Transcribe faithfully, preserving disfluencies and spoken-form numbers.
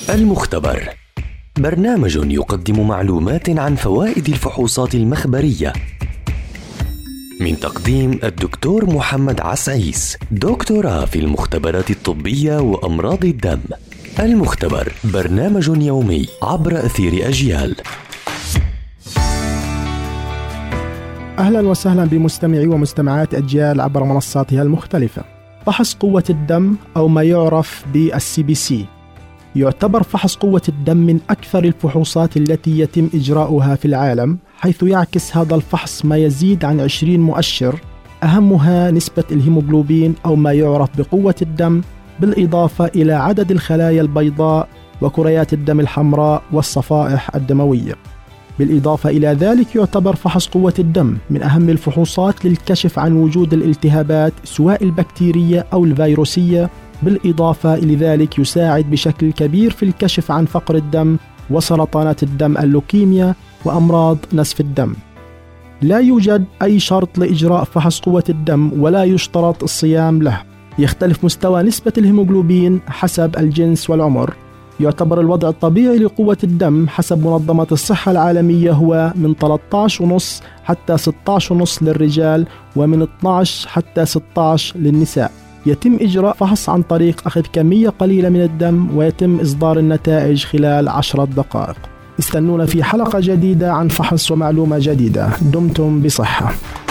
المختبر برنامج يقدم معلومات عن فوائد الفحوصات المخبرية، من تقديم الدكتور محمد عسعيس، دكتوراه في المختبرات الطبية وأمراض الدم. المختبر برنامج يومي عبر أثير أجيال. أهلا وسهلا بمستمعي ومستمعات أجيال عبر منصاتها المختلفة. فحص قوة الدم أو ما يعرف بالسي بي سي يعتبر فحص قوة الدم من أكثر الفحوصات التي يتم إجراؤها في العالم، حيث يعكس هذا الفحص ما يزيد عن عشرين مؤشر، أهمها نسبة الهيموغلوبين أو ما يعرف بقوة الدم، بالإضافة إلى عدد الخلايا البيضاء وكريات الدم الحمراء والصفائح الدموية. بالإضافة إلى ذلك يعتبر فحص قوة الدم من أهم الفحوصات للكشف عن وجود الالتهابات سواء البكتيرية أو الفيروسية. بالإضافة إلى ذلك يساعد بشكل كبير في الكشف عن فقر الدم وسرطانات الدم اللوكيميا وأمراض نسف الدم. لا يوجد أي شرط لإجراء فحص قوة الدم ولا يشترط الصيام له. يختلف مستوى نسبة الهيموغلوبين حسب الجنس والعمر. يعتبر الوضع الطبيعي لقوة الدم حسب منظمة الصحة العالمية هو من ثلاثة عشر ونص حتى ستة عشر ونص للرجال ومن اثني عشر حتى ستة عشر للنساء. يتم إجراء فحص عن طريق أخذ كمية قليلة من الدم ويتم إصدار النتائج خلال عشرة دقائق. استنونا في حلقة جديدة عن فحص ومعلومة جديدة. دمتم بصحة.